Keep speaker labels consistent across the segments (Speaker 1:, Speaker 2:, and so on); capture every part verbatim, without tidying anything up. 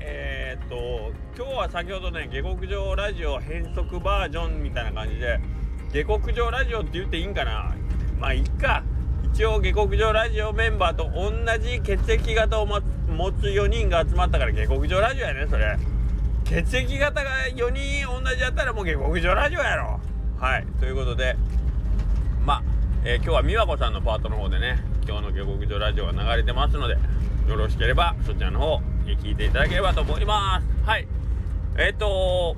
Speaker 1: えー、っと今日は先ほどね下克上ラジオ変則バージョンみたいな感じで、下克上ラジオって言っていいんかな、まあいっか。一応下克上ラジオメンバーと同じ血液型を持つよにんが集まったから下克上ラジオやね。それ血液型がよにん同じやったらもう下克上ラジオやろ。はい、ということでまあ、えー、今日は美和子さんのパートの方でね今日の下克上ラジオが流れてますので、よろしければそちらの方聞いていただければと思います。はい、えっ、ー、と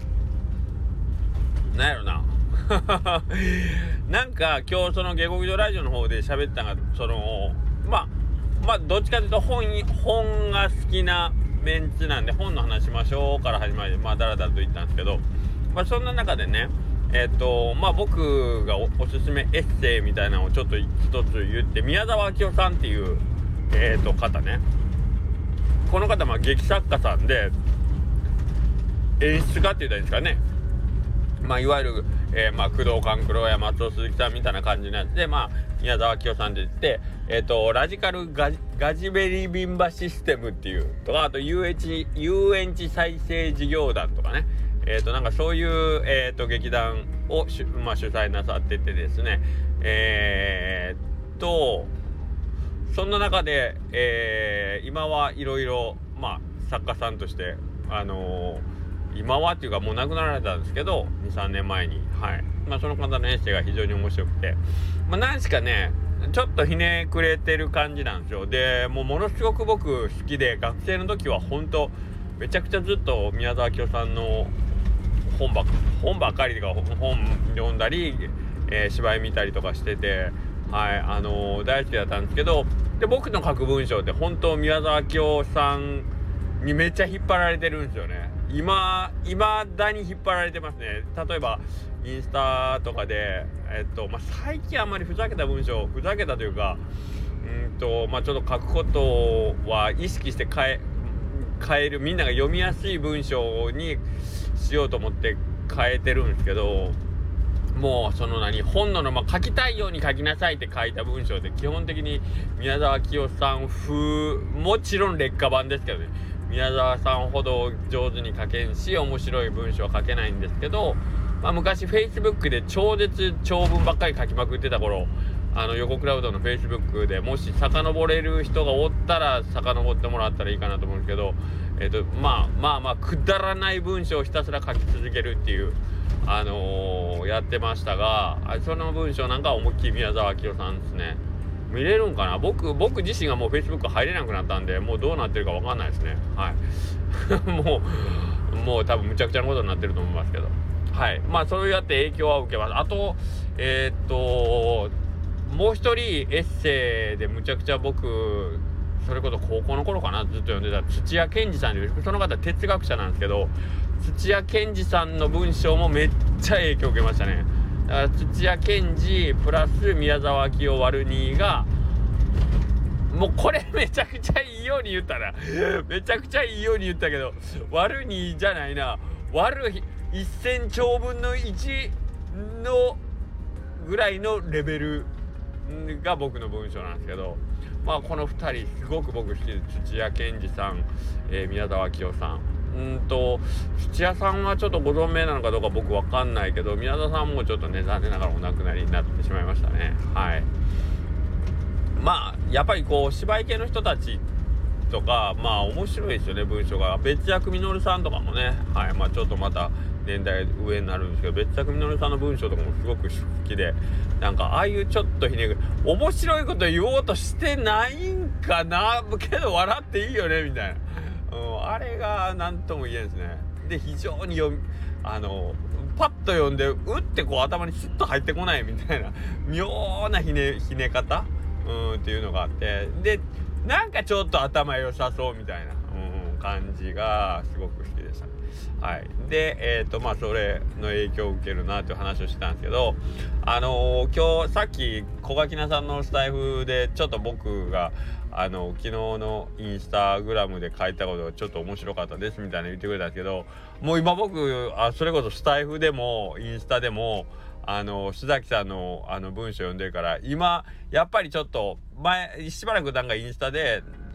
Speaker 1: なんやろななんか今日その下克上ラジオの方で喋ったのがそのまあまあどっちかというと本本が好きなメンツなんで本の話しましょうから始まり、まあだらだらと言ったんですけど、まあそんな中でねえっ、ー、とまあ僕が お, おすすめエッセイみたいなのをちょっと一つ言って、宮沢明夫さんっていうえっ、ー、と方ね、この方まあ劇作家さんで演出家って言ったらいいんですかね、まあいわゆる、えー、まあ工藤官九郎や松尾鈴木さんみたいな感じのやつで、まあ宮沢明夫さんで言って、えっ、ー、とラジカルガジガジベリビンバシステムっていうとか、あと遊園地遊園地再生事業団とかね、えっ、ー、となんかそういうえっ、ー、と劇団をし、まあ、主催なさっててですね、えー、っとそんな中で、えー、今はいろいろまあ作家さんとしてあのー今はっていうかもう亡くなられたんですけど にさんねんまえに、はいまあ、その方のエッセイが非常に面白くて、まあ、何しかねちょっとひねくれてる感じなんですよ。でもうものすごく僕好きで、学生の時は本当めちゃくちゃずっと宮沢明夫さんの本ば本ばっかりとか本読んだり、えー、芝居見たりとかしてて、はいあのー、大好きだったんですけど、で僕の書く文章って本当宮沢明夫さんにめっちゃ引っ張られてるんですよね。今今だに引っ張られてますね。例えばインスタとかでえっとまあ最近あんまりふざけた文章ふざけたというかうんとまあちょっと書くことは意識して変え変える、みんなが読みやすい文章にしようと思って変えてるんですけど、もうその何本のの、まあ、書きたいように書きなさいって書いた文章で基本的に宮沢明夫さん風、もちろん劣化版ですけどね、宮沢さんほど上手に書けんし面白い文章は書けないんですけど、まあ、昔 Facebook で超絶長文ばっかり書きまくってた頃、あの横クラウドの Facebook でもし遡れる人がおったら遡ってもらったらいいかなと思うんですけど、えっとまあまあまあくだらない文章をひたすら書き続けるっていうあのー、やってましたが、その文章なんかは思いっきり宮沢明夫さんですね。見れるんかな。僕僕自身がもう Facebook 入れなくなったんで、もうどうなってるか分かんないですね。はいもうもう多分むちゃくちゃなことになってると思いますけど、はいまあそうやって影響は受けます。あとえー、っともう一人エッセイでむちゃくちゃ僕それこそ高校の頃かなずっと読んでた土屋健二さんで、その方哲学者なんですけど、土屋健二さんの文章もめっちゃ影響を受けましたね。だから土屋健二プラス宮沢明夫割るにがもうこれめちゃくちゃいいように言ったなめちゃくちゃいいように言ったけど割るにじゃないな、割るせんちょうぶんのいちのぐらいのレベルが僕の文章なんですけど、まあこのふたりすごく僕好きで、土屋健二さん、えー、宮沢明夫さんうんと土屋さんはちょっとご存命なのかどうか僕わかんないけど、宮沢さんもちょっとね残念ながらお亡くなりになってしまいましたね。はいまあやっぱりこう芝居系の人たちとかまあ面白いですよね文章が。別役みのるさんとかもね、はいまあちょっとまた年代上になるんですけど、別役みのるさんの文章とかもすごく好きで、なんかああいうちょっとひねく面白いこと言おうとしてないんかなけど笑っていいよねみたいな、うん、あれがなんとも言えんですね。で非常に読みあのパッと読んでうってこう頭にスッと入ってこないみたいな妙なひねひね方うんっていうのがあって、でなんかちょっと頭良さそうみたいな、うん、感じがすごく好きでしたね。はい、でえっ、ー、とまあそれの影響を受けるなという話をしてたんですけど、あのー、今日さっき小垣菜さんのスタイフでちょっと僕があの昨日のインスタグラムで書いたことがちょっと面白かったですみたいな言ってくれたんですけど、もう今僕あそれこそスタイフでもインスタでもあの須崎さんのあの文章読んでるから、今やっぱりちょっと前しばらくなんかインスタで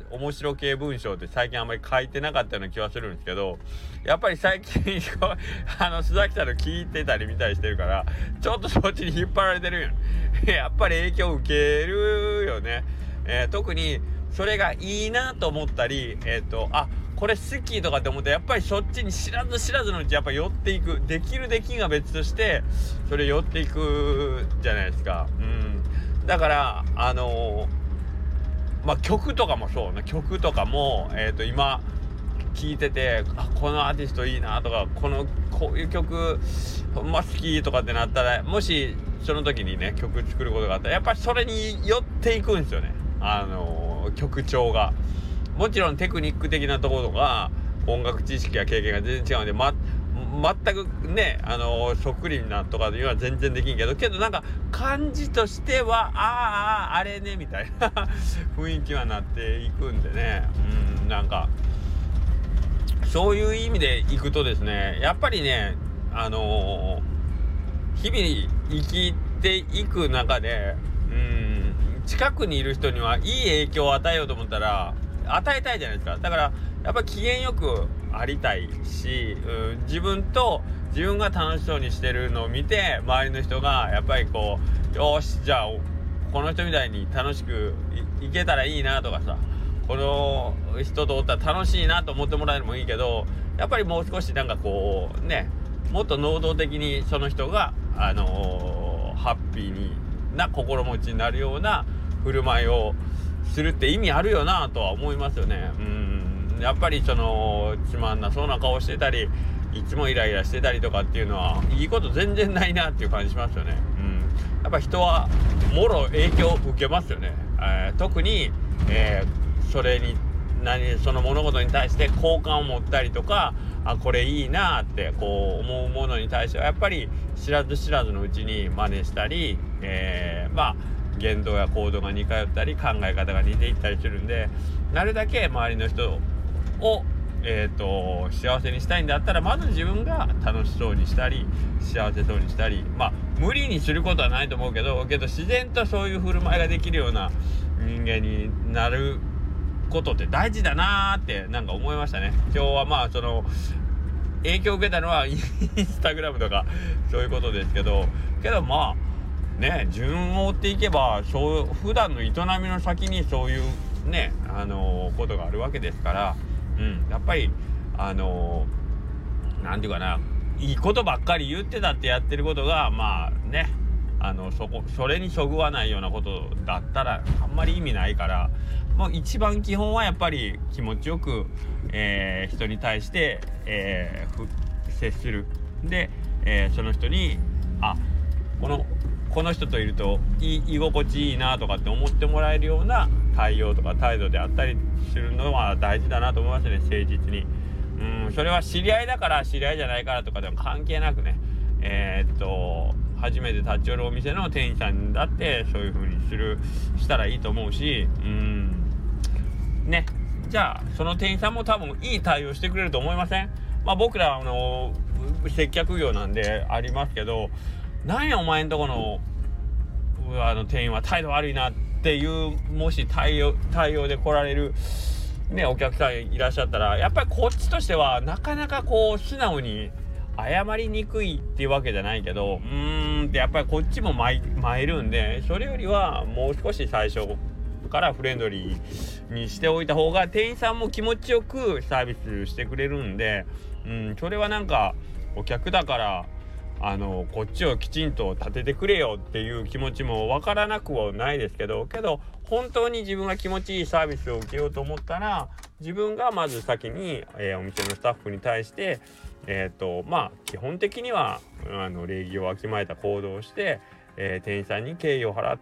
Speaker 1: 面白系文章って最近あんまり書いてなかったような気はするんですけど、やっぱり最近あの須崎さんの聞いてたり見たりしてるから、ちょっとそっちに引っ張られてるんよやっぱり影響を受けるよね。えー、特にそれがいいなと思ったり、えっとあこれ好きとかって思ってやっぱりそっちに知らず知らずのうちやっぱ寄っていく、できるできんが別としてそれ寄っていくじゃないですか。うんだからあのー、まあ曲とかもそうね、曲とかもえっと今聞いてて、あこのアーティストいいなとか、このこういう曲ほんま好きとかってなったら、もしその時にね曲作ることがあったらやっぱりそれに寄っていくんですよね。あのー、曲調がもちろんテクニック的なところとか音楽知識や経験が全然違うんで、ま、全くねあのー、そっくりなとかでは全然できんけど、けどなんか感じとしてはあーあーあれねみたいな雰囲気はなっていくんでね、うんなんかそういう意味でいくとですね、やっぱりねあのー、日々生きていく中でうん近くにいる人にはいい影響を与えようと思ったら与えたいじゃないですか。だからやっぱ機嫌よくありたいし、うん、自分と自分が楽しそうにしてるのを見て周りの人がやっぱりこうよしじゃあこの人みたいに楽しく い, いけたらいいなとかさ、この人とおったら楽しいなと思ってもらえるのもいいけど、やっぱりもう少しなんかこうねもっと能動的にその人があのー、ハッピーにな心持ちになるような振る舞いをするって意味あるよなとは思いますよね。うんやっぱりそのつまんなそうな顔してたりいつもイライラしてたりとかっていうのはいいこと全然ないなっていう感じしますよね。うんやっぱ人はもろ影響を受けますよね。えー、特に、えー、それに何その物事に対して好感を持ったりとか、あこれいいなってこう思うものに対してはやっぱり知らず知らずのうちに真似したり、えー、まあ言動や行動が似通ったり考え方が似ていったりするんで、なるだけ周りの人を、えーと、幸せにしたいんだったらまず自分が楽しそうにしたり幸せそうにしたり、まあ無理にすることはないと思うけどけど自然とそういう振る舞いができるような人間になることって大事だなーってなんか思いましたね。今日はまあその影響を受けたのはインスタグラムとかそういうことですけど、けどまあね順を追っていけばそう普段の営みの先にそういうねあのー、ことがあるわけですから、うんやっぱりあのー、なんていうかないいことばっかり言ってたってやってることがまあねあのそこそれにそぐわないようなことだったらあんまり意味ないから、もう一番基本はやっぱり気持ちよく、えー、人に対して、えー、接するで、えー、その人にあこのこの人といるとい居心地いいなとかって思ってもらえるような対応とか態度であったりするのは大事だなと思いますね。誠実にうんそれは知り合いだから知り合いじゃないからとかでも関係なくね、えー、っと初めて立ち寄るお店の店員さんだってそういう風にするしたらいいと思うし、うんねじゃあその店員さんも多分いい対応してくれると思いません？まあ僕らあの接客業なんでありますけど、なんやお前んとこのあの店員は態度悪いなっていうもし対応対応で来られるねお客さんいらっしゃったら、やっぱりこっちとしてはなかなかこう素直に謝りにくいっていうわけじゃないけど、うーんってやっぱりこっちも参るんで、それよりはもう少し最初からフレンドリーにしておいた方が店員さんも気持ちよくサービスしてくれるんで、うん、それはなんかお客だからあのこっちをきちんと立ててくれよっていう気持ちもわからなくはないですけど、けど本当に自分が気持ちいいサービスを受けようと思ったら自分がまず先に、えー、お店のスタッフに対してえっとまあ基本的にはあの礼儀をわきまえた行動をして、えー、店員さんに敬意を払って、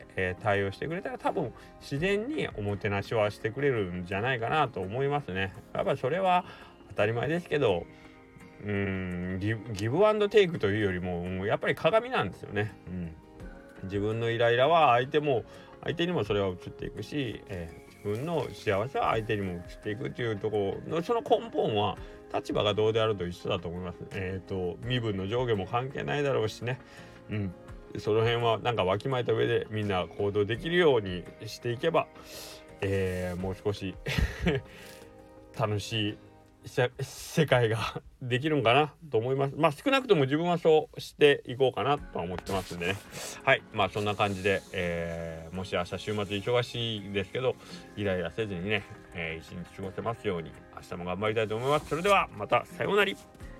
Speaker 1: えー、対応してくれたら多分自然におもてなしはしてくれるんじゃないかなと思いますね。やっぱりそれは当たり前ですけど、うーん ギ, ギブアンドテイクというよりもやっぱり鏡なんですよね。うん、自分のイライラは相手も相手にもそれは移っていくし、えー、自分の幸せは相手にも移っていくというところのその根本は立場がどうであると一緒だと思います。えっと身分の上下も関係ないだろうしね、うん、その辺はなんかわきまえた上でみんな行動できるようにしていけば、 えー、もう少し楽しい世界ができるんかなと思います。まあ少なくとも自分はそうしていこうかなとは思ってますんでね。はい、まあそんな感じで、えー、もし明日週末忙しいですけどイライラせずにね、えー、一日過ごせますように明日も頑張りたいと思います。それではまたさようなら。